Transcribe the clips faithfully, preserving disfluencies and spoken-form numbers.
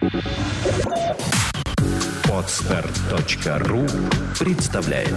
Подстер точка ру представляет.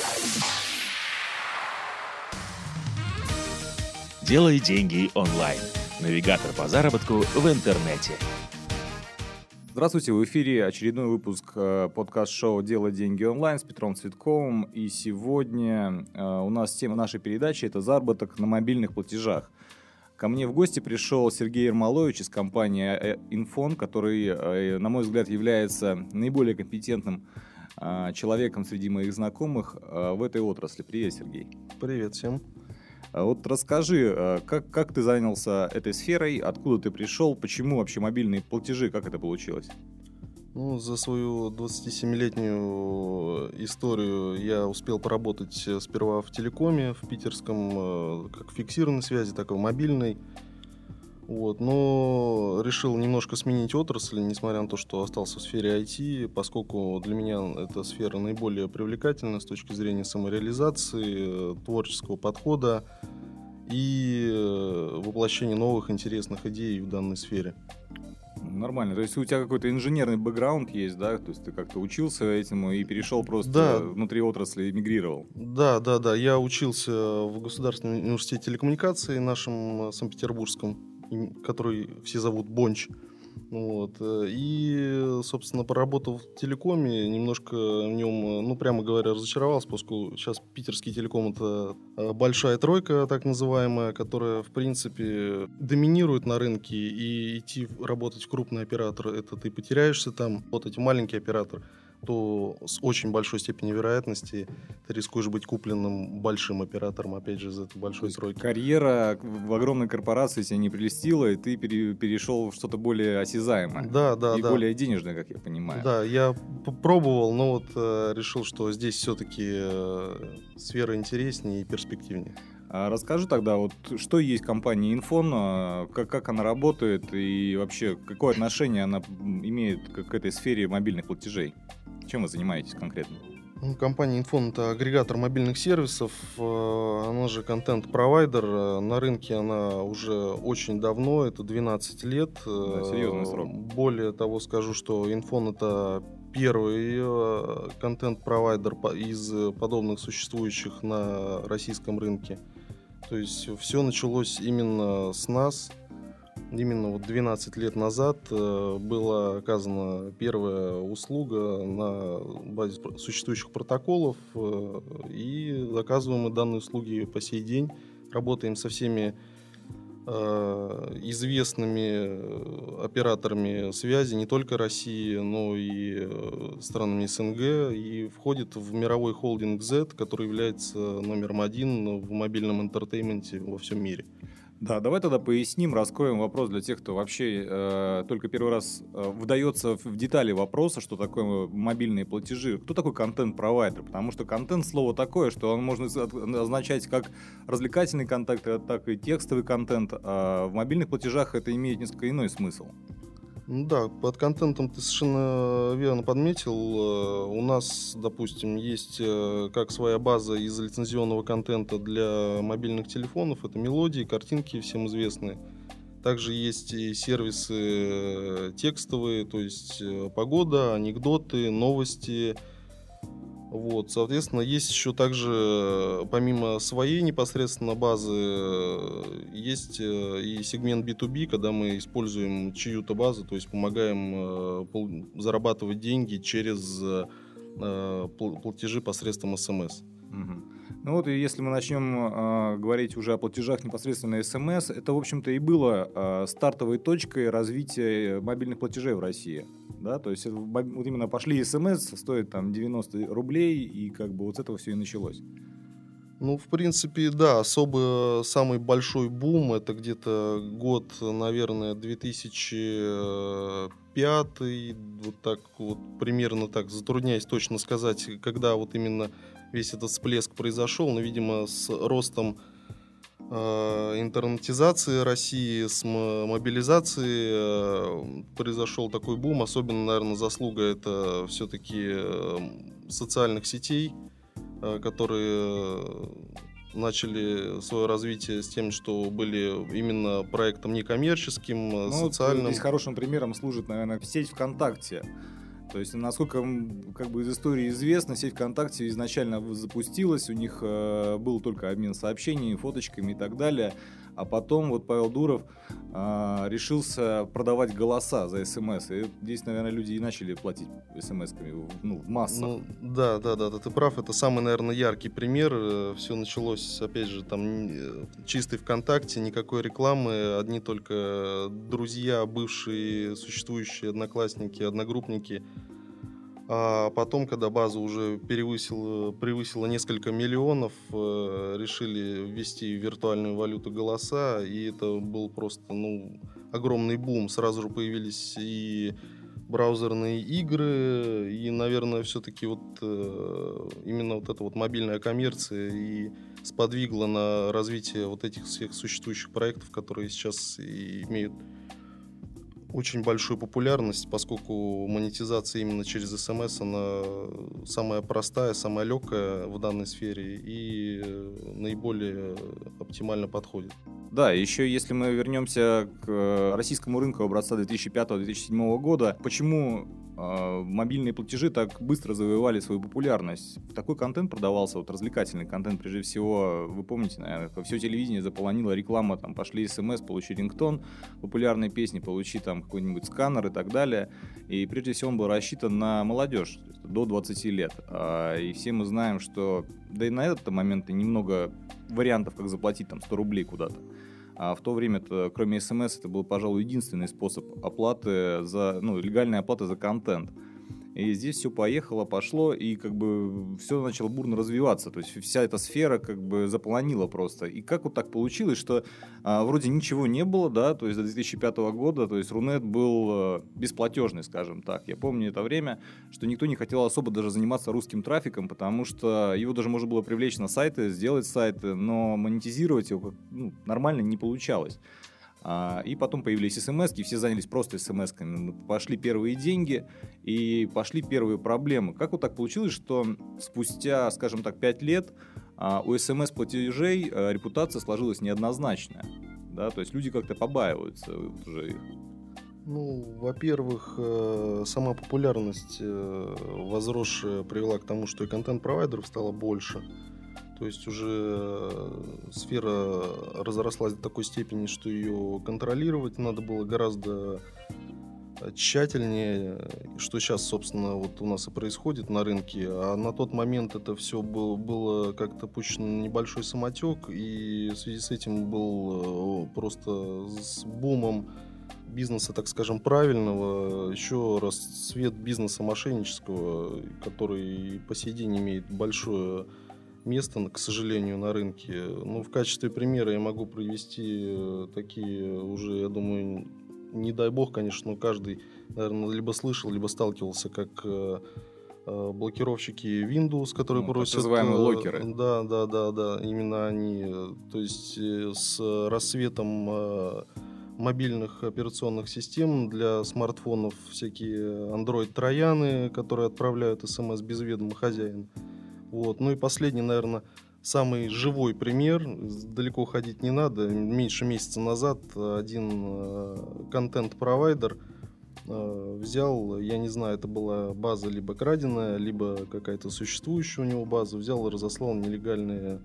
Делай деньги онлайн. Навигатор по заработку в интернете. Здравствуйте, в эфире очередной выпуск подкаст-шоу «Делай деньги онлайн» с Петром Цветковым. И сегодня у нас тема нашей передачи – это заработок на мобильных платежах. Ко мне в гости пришел Сергей Ермолович из компании Инфон, который, на мой взгляд, является наиболее компетентным человеком среди моих знакомых в этой отрасли. Привет, Сергей. Привет всем. Вот расскажи, как, как ты занялся этой сферой, откуда ты пришел, почему вообще мобильные платежи, как это получилось? Ну, за свою двадцатисемилетнюю историю я успел поработать сперва в телекоме, в питерском, как фиксированной связи, так и в мобильной. Вот. Но решил немножко сменить отрасль, несмотря на то, что остался в сфере ай ти, поскольку для меня эта сфера наиболее привлекательна с точки зрения самореализации, творческого подхода и воплощения новых интересных идей в данной сфере. Нормально. То есть у тебя какой-то инженерный бэкграунд есть, да? То есть ты как-то учился этому и перешел просто да. внутри отрасли и мигрировал? Да, да, да. Я учился в Государственном университете телекоммуникаций нашем Санкт-Петербургском, который все зовут Бонч. Вот. И, собственно, поработав в телекоме, немножко в нем, ну, прямо говоря, разочаровался, поскольку сейчас питерский телеком — это большая тройка, так называемая, которая, в принципе, доминирует на рынке, и идти работать в крупный оператор — это ты потеряешься там. Вот эти маленький оператор, то с очень большой степенью вероятности ты рискуешь быть купленным большим оператором, опять же, из этой большой тройки. Карьера в огромной корпорации тебя не прелестила, и ты пере- перешел в что-то более осязаемое. Да, да, и да. более денежное, как я понимаю. Да, я попробовал, но вот э, решил, что здесь все-таки э, сфера интереснее и перспективнее. А расскажи тогда, вот что есть компания Инфон, как, как она работает и вообще какое отношение она имеет к, к этой сфере мобильных платежей? Чем вы занимаетесь конкретно? Ну, компания Инфон — это агрегатор мобильных сервисов, она же контент-провайдер. На рынке она уже очень давно, это двенадцать лет. Да, серьезный срок. Более того, скажу, что Инфон — это первый контент-провайдер из подобных существующих на российском рынке. То есть все началось именно с нас. Именно вот двенадцать лет назад э, была оказана первая услуга на базе существующих протоколов, э, и заказываем мы данные услуги по сей день. Работаем со всеми э, известными операторами связи не только России, но и э, странами СНГ, и входит в мировой холдинг зет, который является номером один в мобильном интертейменте во всем мире. Да, давай тогда поясним, раскроем вопрос для тех, кто вообще э, только первый раз э, вдается в детали вопроса, что такое мобильные платежи. Кто такой контент-провайдер? Потому что контент — слово такое, что он можно означать как развлекательный контент, так и текстовый контент. А в мобильных платежах это имеет несколько иной смысл. Ну да, под контентом ты совершенно верно подметил. У нас, допустим, есть как своя база из лицензионного контента для мобильных телефонов. Это мелодии, картинки всем известные. Также есть и сервисы текстовые, то есть погода, анекдоты, новости. Вот, соответственно, есть еще также, помимо своей непосредственно базы, есть и сегмент би ту би, когда мы используем чью-то базу, то есть помогаем зарабатывать деньги через платежи посредством эс эм эс. Угу. Ну вот, и если мы начнем э, говорить уже о платежах непосредственно эс эм эс, это, в общем-то, и было э, стартовой точкой развития мобильных платежей в России. Да? То есть это, вот именно пошли эс эм эс, стоит там девяносто рублей, и как бы вот с этого все и началось. Ну, в принципе, да, особо самый большой бум — это где-то год, наверное, две тысячи пятый, вот так вот, примерно так, затрудняюсь точно сказать, когда вот именно весь этот всплеск произошел, но, видимо, с ростом э, интернетизации России, с м- мобилизацией э, произошел такой бум. Особенно, наверное, заслуга это все-таки э, социальных сетей, э, которые начали свое развитие с тем, что были именно проектом некоммерческим, Ну, социальным. Вот здесь хорошим примером служит, наверное, сеть ВКонтакте. То есть, насколько как бы из истории известно, сеть ВКонтакте изначально запустилась, у них э, был только обмен сообщениями, фоточками и так далее. А потом вот Павел Дуров э, решился продавать голоса за СМС. И здесь, наверное, люди и начали платить СМС-ками, ну, в массах. Ну, да, да, да, да, ты прав. Это самый, наверное, яркий пример. Все началось, опять же, там чистый ВКонтакте, никакой рекламы, одни только друзья, бывшие, существующие одноклассники, одногруппники. А потом, когда база уже превысила, превысила несколько миллионов, решили ввести в виртуальную валюту голоса, и это был просто, ну, огромный бум. Сразу же появились и браузерные игры, и, наверное, все-таки вот именно вот эта вот мобильная коммерция и сподвигла на развитие вот этих всех существующих проектов, которые сейчас и имеют очень большую популярность, поскольку монетизация именно через СМС, она самая простая, самая легкая в данной сфере и наиболее оптимально подходит. Да, еще если мы вернемся к российскому рынку образца две тысячи пятого - две тысячи седьмого года, почему э, мобильные платежи так быстро завоевали свою популярность? Такой контент продавался, вот развлекательный контент, прежде всего, вы помните, наверное, все телевидение заполонило реклама, там пошли смс, получи рингтон, популярные песни, получи там какой-нибудь сканер и так далее. И прежде всего он был рассчитан на молодежь, то есть до двадцати лет. А, и все мы знаем, что, да и на этот момент немного вариантов, как заплатить там сто рублей куда-то. А в то время, кроме СМС, это был, пожалуй, единственный способ оплаты за, ну, легальной оплаты за контент. И здесь все поехало, пошло, и как бы все начало бурно развиваться. То есть вся эта сфера как бы заполонила просто. И как вот так получилось, что а, вроде ничего не было, да, то есть до две тысячи пятого года, то есть Рунет был а, бесплатежный, скажем так. Я помню это время, что никто не хотел особо даже заниматься русским трафиком, потому что его даже можно было привлечь на сайты, сделать сайты, но монетизировать его ну, нормально не получалось. А, и потом появились смс-ки, все занялись просто смс-ками. Пошли первые деньги и пошли первые проблемы. Как вот так получилось, что спустя, скажем так, пять лет а, у смс-платежей а, репутация сложилась неоднозначная? Да? То есть люди как-то побаиваются уже их. Ну, во-первых, сама популярность возросшая привела к тому, что и контент-провайдеров стало больше. То есть уже сфера разрослась до такой степени, что ее контролировать надо было гораздо тщательнее, что сейчас, собственно, вот у нас и происходит на рынке. А на тот момент это все было, было как-то пущено на небольшой самотек, и в связи с этим был просто с бумом бизнеса, так скажем, правильного, еще расцвет бизнеса мошеннического, который по сей день имеет большое место, к сожалению, на рынке. Ну, в качестве примера я могу привести такие уже, я думаю, не дай бог, конечно, но каждый, наверное, либо слышал, либо сталкивался, как э, блокировщики Windows, которые ну, просят... Так называемые локеры. Да, да, да, да, именно они. То есть э, с рассветом э, мобильных операционных систем для смартфонов всякие Android-трояны, которые отправляют смс без ведома хозяина. Вот. Ну и последний, наверное, самый живой пример, далеко ходить не надо. Меньше месяца назад один э, контент-провайдер э, взял, я не знаю, это была база либо краденая, либо какая-то существующая у него база, взял и разослал нелегальные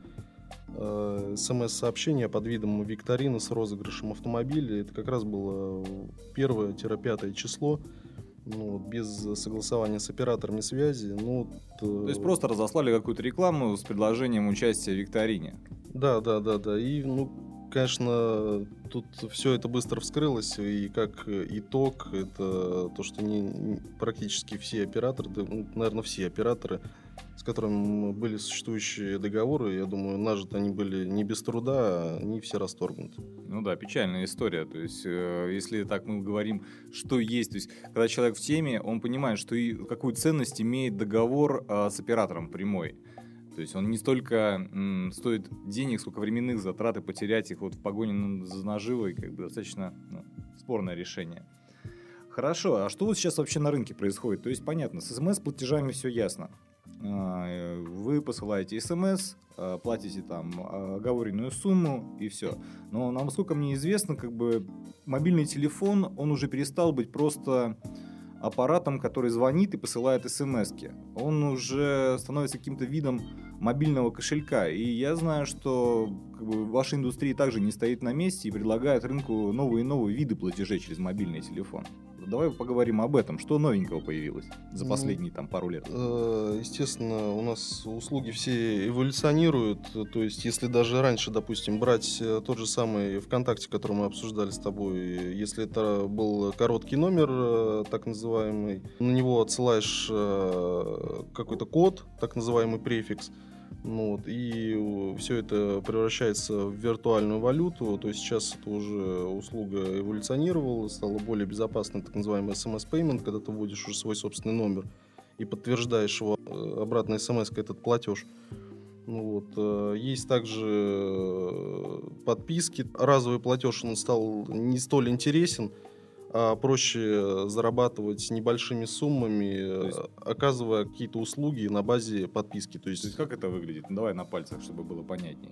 э, смс-сообщения под видом викторины с розыгрышем автомобиля. Это как раз было первое-пятое число. Ну, без согласования с операторами связи. Ну, то... то есть просто разослали какую-то рекламу с предложением участия в викторине. Да, да, да, да. И, ну, конечно, тут все это быстро вскрылось, и как итог, это то, что не, практически все операторы, да, ну, наверное, все операторы, с которыми были существующие договоры, я думаю, нажиты они были не без труда, а они все расторгнуты. Ну да, печальная история. То есть, э, если так мы говорим, что есть, то есть, когда человек в теме, он понимает, что и какую ценность имеет договор э, с оператором прямой. То есть он не столько м, стоит денег, сколько временных затрат, и потерять их вот в погоне за наживой, как бы достаточно ну, спорное решение. Хорошо, а что вот сейчас вообще на рынке происходит? То есть понятно, с смс-платежами все ясно. вы посылаете смс, платите там оговоренную сумму и все. Но насколько мне известно, как бы мобильный телефон, он уже перестал быть просто аппаратом, который звонит и посылает смс-ки. Он уже становится каким-то видом мобильного кошелька. И я знаю, что как бы, ваша индустрия также не стоит на месте и предлагает рынку новые и новые виды платежей через мобильный телефон. Давай поговорим об этом. Что новенького появилось за последние там, пару лет? Естественно, у нас услуги все эволюционируют. То есть, если даже раньше, допустим, брать тот же самый ВКонтакте, который мы обсуждали с тобой, если это был короткий номер, так называемый, на него отсылаешь какой-то код, так называемый префикс, ну, вот, и все это превращается в виртуальную валюту. То есть сейчас это уже услуга эволюционировала, стала более безопасной, так называемый эс эм эс-пеймент, когда ты вводишь уже свой собственный номер и подтверждаешь его обратной смс-кой этот платеж. Ну, вот. Есть также подписки. Разовый платеж он стал не столь интересен, а проще зарабатывать небольшими суммами, есть, оказывая какие-то услуги на базе подписки. То есть, То есть как это выглядит? Ну, давай на пальцах, чтобы было понятнее.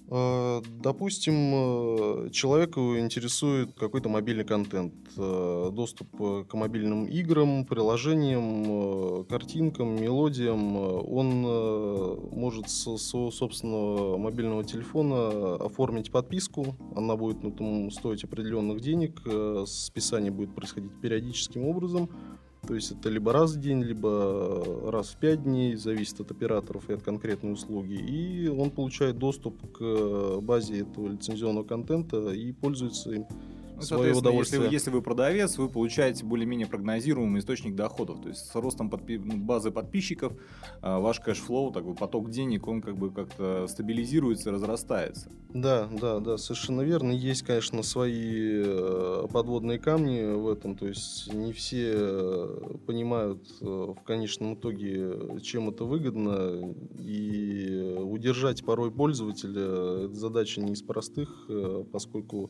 Допустим, человеку интересует какой-то мобильный контент, доступ к мобильным играм, приложениям, картинкам, мелодиям. Он может со своего собственного мобильного телефона оформить подписку. Она будет, ну, там, стоить определенных денег, списание будет происходить периодическим образом. То есть это либо раз в день, либо раз в пять дней, зависит от операторов и от конкретной услуги. И он получает доступ к базе этого лицензионного контента и пользуется им. Ну, свое удовольствие. Если, если вы продавец, вы получаете более-менее прогнозируемый источник доходов. То есть с ростом подпи- базы подписчиков ваш кэшфлоу, так бы, поток денег, он как бы как-то стабилизируется, разрастается. Да, да, да, совершенно верно. Есть, конечно, свои подводные камни в этом. То есть не все понимают в конечном итоге, чем это выгодно. И удержать порой пользователя — это задача не из простых, поскольку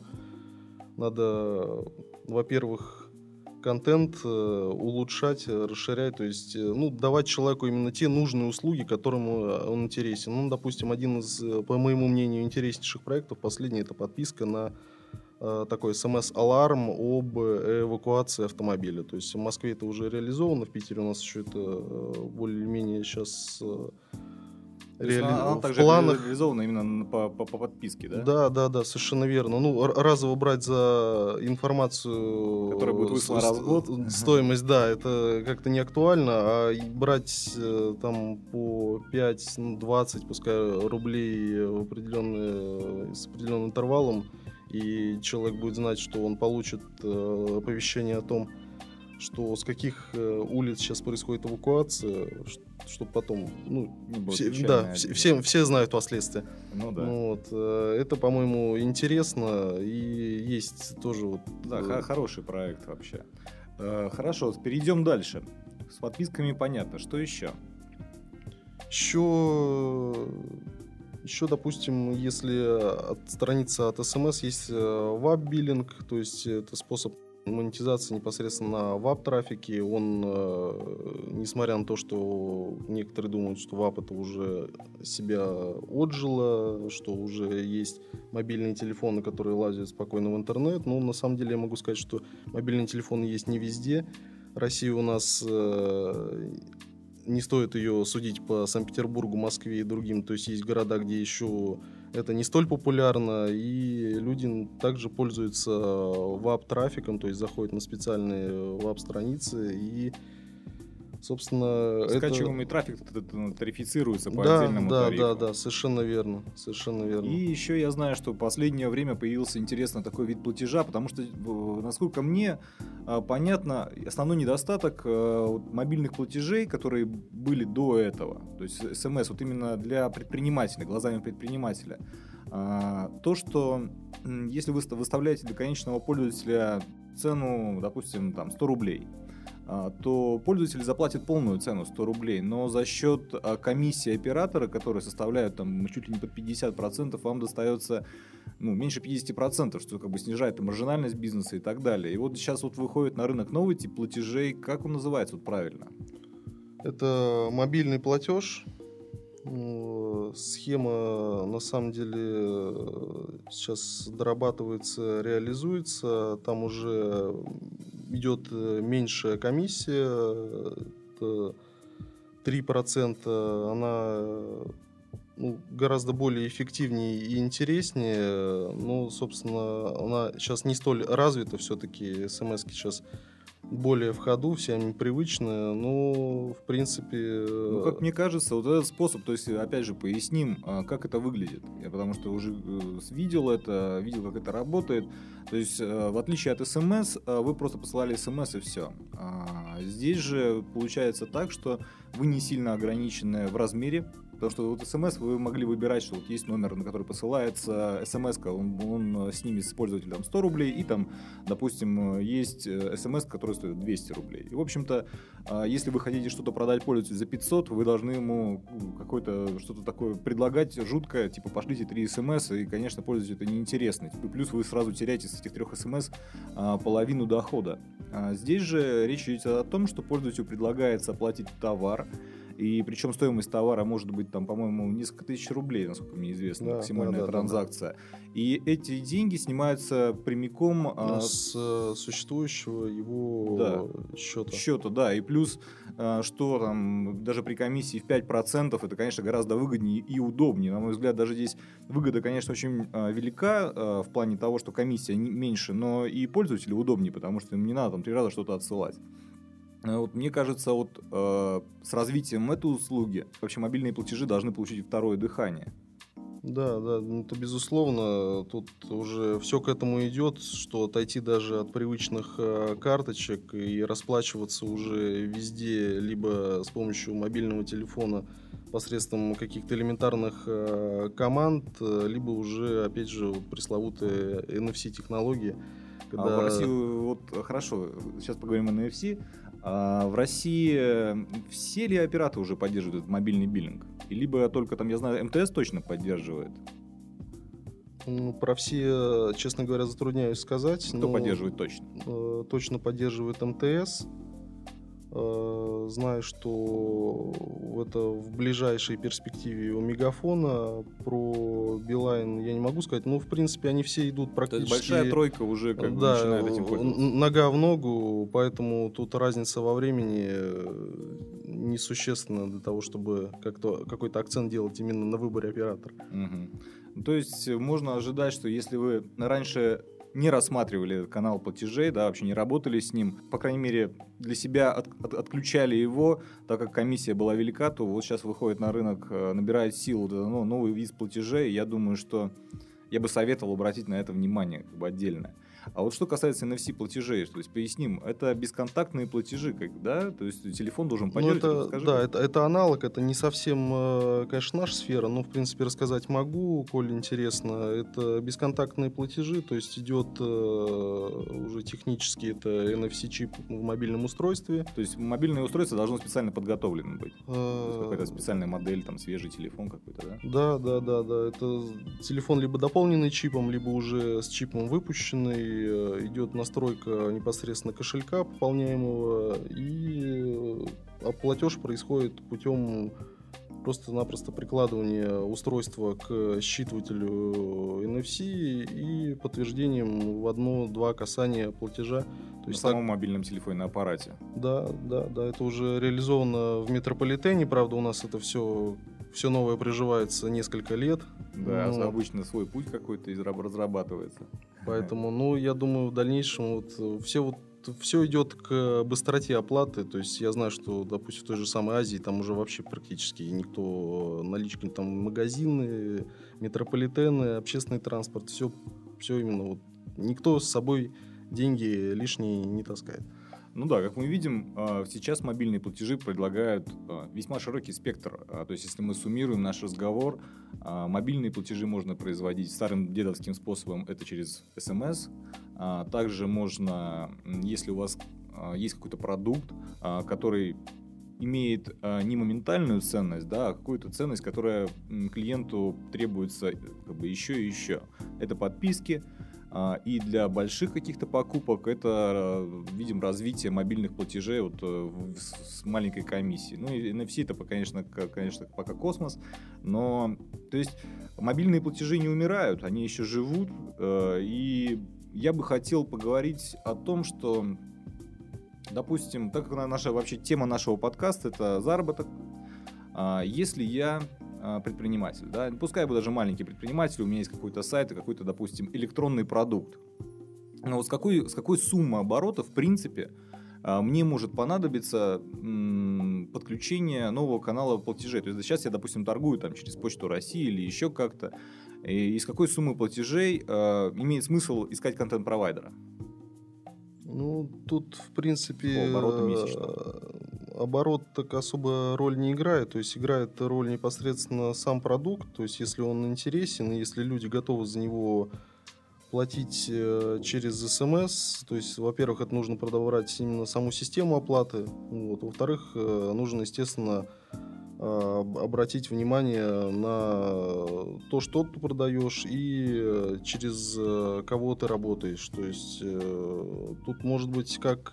надо, во-первых, контент улучшать, расширять, то есть, ну, давать человеку именно те нужные услуги, которым он интересен. Ну, допустим, один из, по моему мнению, интереснейших проектов последний — это подписка на э, такой эс эм эс-аларм об эвакуации автомобиля. То есть в Москве это уже реализовано, в Питере у нас еще это более-менее сейчас... Реали... Она также планах... реализована именно по, по, по подписке, да? Да, да, да, совершенно верно. Ну, разово брать за информацию, которая будет выслана раз в год, стоимость, да, это как-то не актуально, а брать там по пять-двадцать, пускай, рублей в определенный, с определенным интервалом, и человек будет знать, что он получит оповещение о том, что с каких э, улиц сейчас происходит эвакуация, чтобы потом, ну, все, да, все, все, все знают последствия. Ну да. Ну, вот, э, это, по-моему, интересно, и есть тоже вот. Да, э... хороший проект вообще. Э, хорошо, перейдем дальше. С подписками понятно. Что еще? Еще, еще, допустим, если отстраниться от эс эм эс, есть веб-биллинг, то есть это способ монетизация непосредственно на веб-трафике. Он, э, несмотря на то, что некоторые думают, что веб это уже себя отжило, что уже есть мобильные телефоны, которые лазят спокойно в интернет, но на самом деле я могу сказать, что мобильные телефоны есть не везде. Россия у нас... Э, не стоит ее судить по Санкт-Петербургу, Москве и другим. То есть есть города, где еще это не столь популярно, и люди также пользуются веб-трафиком, то есть заходят на специальные веб-страницы и, собственно... Скачиваемый это... трафик тарифицируется по да, отдельному да, тарифу. Да, да, да, совершенно верно, совершенно верно. И еще я знаю, что в последнее время появился интересно такой вид платежа, потому что, насколько мне понятно, основной недостаток мобильных платежей, которые были до этого, то есть эс эм эс, вот именно для предпринимателя, глазами предпринимателя, то, что если вы выставляете для конечного пользователя цену, допустим, там сто рублей, то пользователь заплатит полную цену сто рублей, но за счет комиссии оператора, которая составляет там чуть ли не под пятьдесят процентов, вам достается, ну, меньше пятьдесят процентов, что как бы снижает маржинальность бизнеса и так далее. И вот сейчас вот выходит на рынок новый тип платежей, как он называется вот правильно? Это мобильный платеж. Схема на самом деле сейчас дорабатывается, реализуется. Там уже идет меньшая комиссия, три процента. Она ну, гораздо более эффективнее и интереснее. Ну, собственно, она сейчас не столь развита все-таки. СМСки сейчас более в ходу, все они привычные, но в принципе... Ну, как мне кажется, вот этот способ, то есть, опять же, поясним, как это выглядит. Я потому что уже видел это, видел, как это работает. То есть, в отличие от СМС, вы просто посылали СМС и все. Здесь же получается так, что вы не сильно ограничены в размере. Потому что вот СМС вы могли выбирать, что вот есть номер, на который посылается СМС-ка, он, он снимет с пользователя там, сто рублей, и там, допустим, есть СМС, который стоит двести рублей. И, в общем-то, если вы хотите что-то продать пользователю за пятьсот, вы должны ему какое-то что-то такое предлагать жуткое, типа пошлите три СМС, и, конечно, пользователю это неинтересно. И плюс вы сразу теряете с этих трех СМС половину дохода. Здесь же речь идет о том, что пользователю предлагается оплатить товар, и причем стоимость товара может быть, там, по-моему, несколько тысяч рублей, насколько мне известно, да, максимальная да, да, транзакция. Да, да. И эти деньги снимаются прямиком а, с а, существующего его да, счета. Счета, да. И плюс, а, что там, даже при комиссии в пять процентов, это, конечно, гораздо выгоднее и удобнее. На мой взгляд, даже здесь выгода, конечно, очень а, велика а, в плане того, что комиссия не, меньше, но и пользователю удобнее, потому что им не надо там три раза что-то отсылать. Вот, мне кажется, вот, э, с развитием этой услуги вообще мобильные платежи должны получить второе дыхание. Да, да, это безусловно. Тут уже все к этому идет, что отойти даже от привычных э, карточек и расплачиваться уже везде, либо с помощью мобильного телефона посредством каких-то элементарных э, команд, либо уже, опять же, вот, пресловутые эн эф си-технологии. Когда... А в России, вот хорошо, сейчас поговорим о эн эф си. А в России все ли операторы уже поддерживают этот мобильный биллинг? И либо только там, я знаю, эм тэ эс точно поддерживает? Ну, про все, честно говоря, затрудняюсь сказать. Кто поддерживает точно? Э, точно поддерживает эм тэ эс. Э, знаю, что это в ближайшей перспективе у Мегафона. Про Билайн я не могу сказать. Но, в принципе, они все идут практически... То есть большая тройка уже как бы да, начинает этим пользоваться. Нога в ногу, поэтому тут разница во времени несущественна для того, чтобы как-то, какой-то акцент делать именно на выборе оператора. Угу. То есть можно ожидать, что если вы раньше не рассматривали канал платежей, да, вообще не работали с ним, по крайней мере, для себя от, от, отключали его, так как комиссия была велика, то вот сейчас выходит на рынок, набирает силу ну, новый вид платежей, я думаю, что я бы советовал обратить на это внимание как бы отдельно. А вот что касается эн эф си-платежей, то есть поясним, это бесконтактные платежи, как, да? То есть телефон должен поддерживать, ну, это, расскажи. Да, это, это аналог, это не совсем, конечно, наша сфера, но, в принципе, рассказать могу, коль интересно. Это бесконтактные платежи, то есть идет э, уже технически это эн эф си-чип в мобильном устройстве. То есть мобильное устройство должно специально подготовлено быть? То есть какая-то специальная модель, там, свежий телефон какой-то, да? Да, да, да, да. Это телефон либо дополненный чипом, либо уже с чипом выпущенный. Идет настройка непосредственно кошелька пополняемого, и платеж происходит путем просто-напросто прикладывания устройства к считывателю эн эф си и подтверждением в одно-два касания платежа. То на есть самом так... мобильном телефоне, на аппарате. Да, да, да, это уже реализовано в метрополитене, правда, у нас это все... Все новое приживается несколько лет. Да, но... обычно свой путь какой-то разрабатывается. Поэтому, ну, я думаю, в дальнейшем вот все вот все идет к быстроте оплаты. То есть я знаю, что, допустим, в той же самой Азии там уже вообще практически никто наличкой, там магазины, метрополитены, общественный транспорт, все, все именно вот никто с собой деньги лишние не таскает. Ну да, как мы видим, сейчас мобильные платежи предлагают весьма широкий спектр. То есть, если мы суммируем наш разговор, мобильные платежи можно производить старым дедовским способом, это через эс эм эс. Также можно, если у вас есть какой-то продукт, который имеет не моментальную ценность, да, а какую-то ценность, которая клиенту требуется как бы еще и еще. Это подписки. И для больших каких-то покупок это, видим, развитие мобильных платежей вот с маленькой комиссией. Ну и эн эф си это, конечно, конечно, пока космос, но то есть мобильные платежи не умирают, они еще живут. И я бы хотел поговорить о том, что, допустим, так как наша вообще тема нашего подкаста это заработок, если я предприниматель, да, пускай я буду даже маленький предприниматель, у меня есть какой-то сайт, какой-то, допустим, электронный продукт. Но вот с какой, с какой суммы оборотов, в принципе, мне может понадобиться м, подключение нового канала платежей. То есть сейчас я, допустим, торгую там через Почту России или еще как-то. И из какой суммы платежей э, имеет смысл искать контент-провайдера? Ну, тут, в принципе, по обороту месячно. Оборот так особо роль не играет, то есть играет роль непосредственно сам продукт, то есть если он интересен, и если люди готовы за него платить э, через эс эм эс, то есть, во-первых, это нужно продавать именно саму систему оплаты, вот, во-вторых, э, нужно, естественно, э, обратить внимание на то, что ты продаешь и через э, кого ты работаешь, то есть э, тут может быть как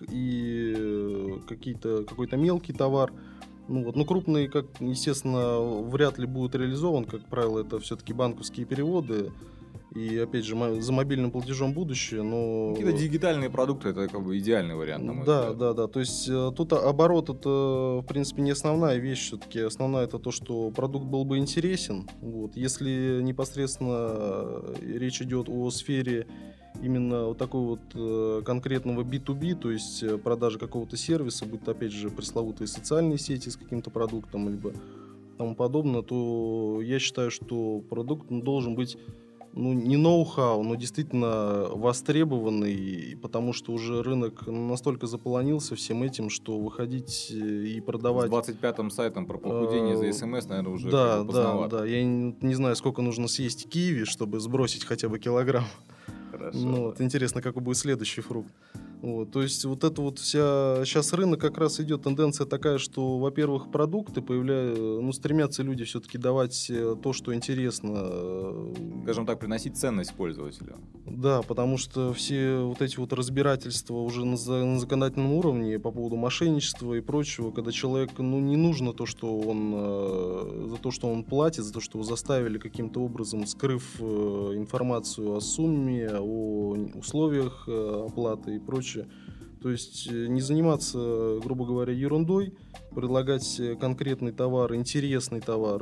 и какие-то, какой-то мелкий товар, ну, вот, ну, крупный, как, естественно, вряд ли будет реализован, как правило, это все-таки банковские переводы. И, опять же, за мобильным платежом будущее, но... Какие-то дигитальные продукты — это как бы идеальный вариант, на мой да, взгляд. Да, да, то есть тут оборот — это, в принципе, не основная вещь все-таки. Основная — это то, что продукт был бы интересен. Вот. Если непосредственно речь идет о сфере именно вот такой вот конкретного би ту би, то есть продажи какого-то сервиса, будь то, опять же, пресловутые социальные сети с каким-то продуктом, либо тому подобное, то я считаю, что продукт должен быть, ну, не ноу-хау, но действительно востребованный, потому что уже рынок настолько заполонился всем этим, что выходить и продавать... С двадцать пятым сайтом про похудение за эс эм эс, наверное, уже да, поздновато. Да, да, я не, не знаю, сколько нужно съесть киви, чтобы сбросить хотя бы килограмм. Хорошо. Ну, вот, интересно, какой будет следующий фрукт. Вот, то есть вот это вот вся... Сейчас рынок как раз идет тенденция такая, что, во-первых, продукты появляются, ну, стремятся люди все-таки давать то, что интересно. Скажем так, приносить ценность пользователю. Да, потому что все вот эти вот разбирательства уже на, за, на законодательном уровне по поводу мошенничества и прочего, когда человеку, ну, не нужно то, что он... за то, что он платит, за то, что его заставили каким-то образом, скрыв информацию о сумме, о условиях оплаты и прочее. То есть не заниматься, грубо говоря, ерундой, предлагать конкретный товар, интересный товар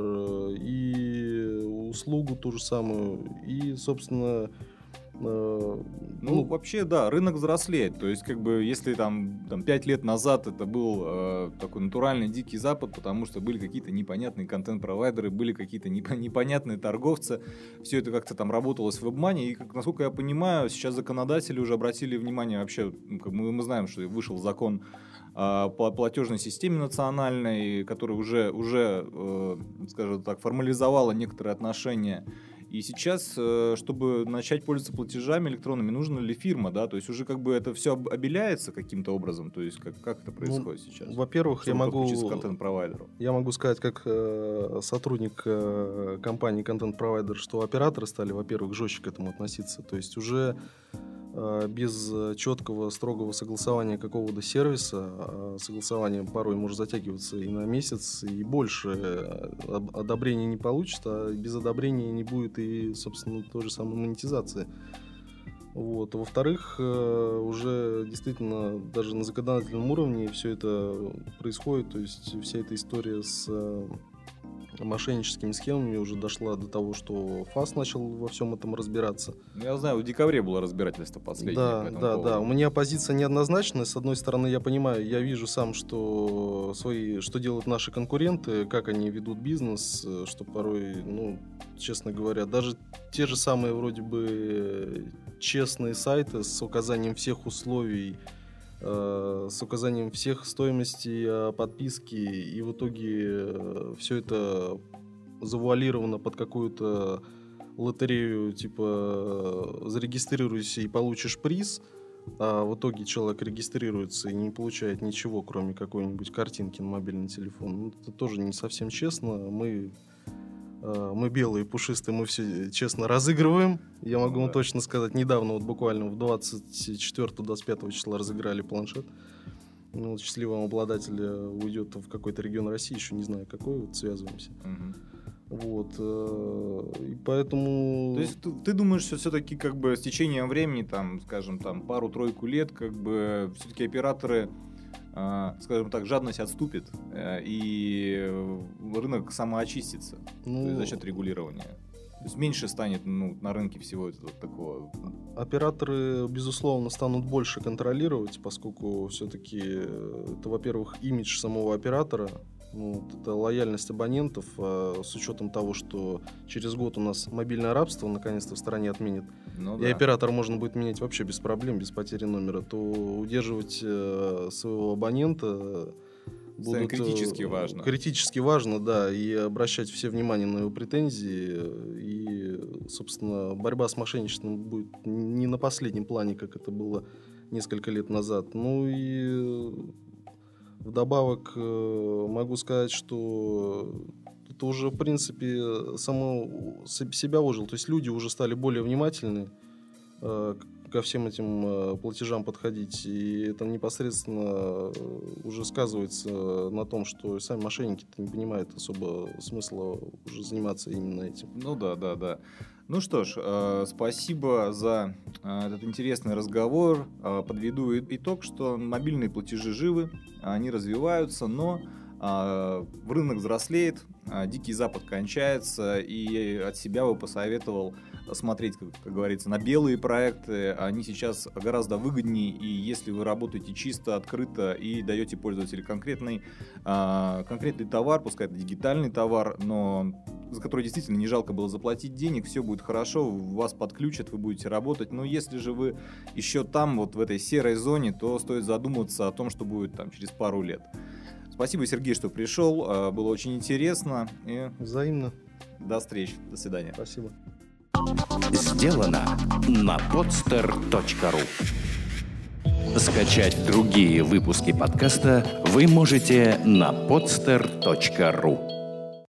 и услугу ту же самую. И, собственно... Ну, ну, вообще, да, рынок взрослеет. То есть, как бы, если там, там пять лет назад это был э, такой натуральный дикий запад, потому что были какие-то непонятные контент-провайдеры, были какие-то непо- непонятные торговцы, все это как-то там работалось в вебмане, и, как, насколько я понимаю, сейчас законодатели уже обратили внимание вообще, ну, как мы, мы знаем, что вышел закон о платежной системе национальной, который уже, уже э, скажем так, формализовала некоторые отношения. И сейчас, чтобы начать пользоваться платежами электронными, нужна ли фирма, да? То есть уже как бы это все обеляется каким-то образом, то есть как, как это происходит ну, сейчас? Во-первых, я могу, контент-провайдеру. я могу сказать, как э, сотрудник э, компании контент-провайдер, что операторы стали, во-первых, жестче к этому относиться. То есть уже э, без четкого, строгого согласования какого-то сервиса, э, согласование порой может затягиваться и на месяц, и больше. Э, одобрения не получится, а без одобрения не будет и, собственно, той же самой монетизации. Вот. А во-вторых, уже действительно даже на законодательном уровне все это происходит, то есть вся эта история с мошенническими схемами уже дошла до того, что ФАС начал во всем этом разбираться. Я знаю, в декабре было разбирательство последнее. Да, да, поводу. да. У меня позиция неоднозначная. С одной стороны, я понимаю, я вижу сам, что свои, что делают наши конкуренты, как они ведут бизнес, что порой, ну, честно говоря, даже те же самые вроде бы честные сайты с указанием всех условий, с указанием всех стоимостей подписки, и в итоге все это завуалировано под какую-то лотерею, типа зарегистрируйся и получишь приз, а в итоге человек регистрируется и не получает ничего, кроме какой-нибудь картинки на мобильный телефон. Это тоже не совсем честно. Мы Мы белые, пушистые, мы все честно разыгрываем. Я могу вам точно сказать, недавно, вот буквально в двадцать четвёртого — двадцать пятого числа разыграли планшет. Ну, вот счастливому обладателю уйдет в какой-то регион России, еще не знаю какой, вот связываемся. Угу. Вот, и поэтому... То есть ты, ты думаешь, что все-таки как бы с течением времени, там, скажем, там пару-тройку лет, как бы все-таки операторы, скажем так, жадность отступит, и рынок самоочистится, ну, то есть за счет регулирования. То есть меньше станет, ну, на рынке всего этого такого. Операторы, безусловно, станут больше контролировать, поскольку все-таки это, во-первых, имидж самого оператора, ну, это лояльность абонентов, а с учетом того, что через год у нас мобильное рабство наконец-то в стране отменит, ну, и да. Оператор можно будет менять вообще без проблем, без потери номера, то удерживать э, своего абонента будут, критически важно. Критически важно, да, и обращать все внимание на его претензии, и, собственно, борьба с мошенничеством будет не на последнем плане, как это было несколько лет назад. Ну и вдобавок могу сказать, что это уже, в принципе, само себя ужило, то есть люди уже стали более внимательны ко всем этим платежам подходить, и это непосредственно уже сказывается на том, что сами мошенники-то не понимают особо смысла уже заниматься именно этим. Ну да, да, да. Ну что ж, э, спасибо за э, этот интересный разговор. Э, подведу итог, что мобильные платежи живы, они развиваются, но э, рынок взрослеет, э, Дикий Запад кончается, и от себя бы посоветовал смотреть, как, как говорится, на белые проекты. Они сейчас гораздо выгоднее, и если вы работаете чисто, открыто и даете пользователю конкретный, э, конкретный товар, пускай это дигитальный товар, но за который действительно не жалко было заплатить денег, все будет хорошо, вас подключат, вы будете работать. Но если же вы еще там, вот в этой серой зоне, то стоит задуматься о том, что будет там через пару лет. Спасибо, Сергей, что пришел, было очень интересно. И взаимно. До встречи, до свидания. Спасибо. Сделано на podster точка ру. Скачать другие выпуски подкаста вы можете на podster точка ру.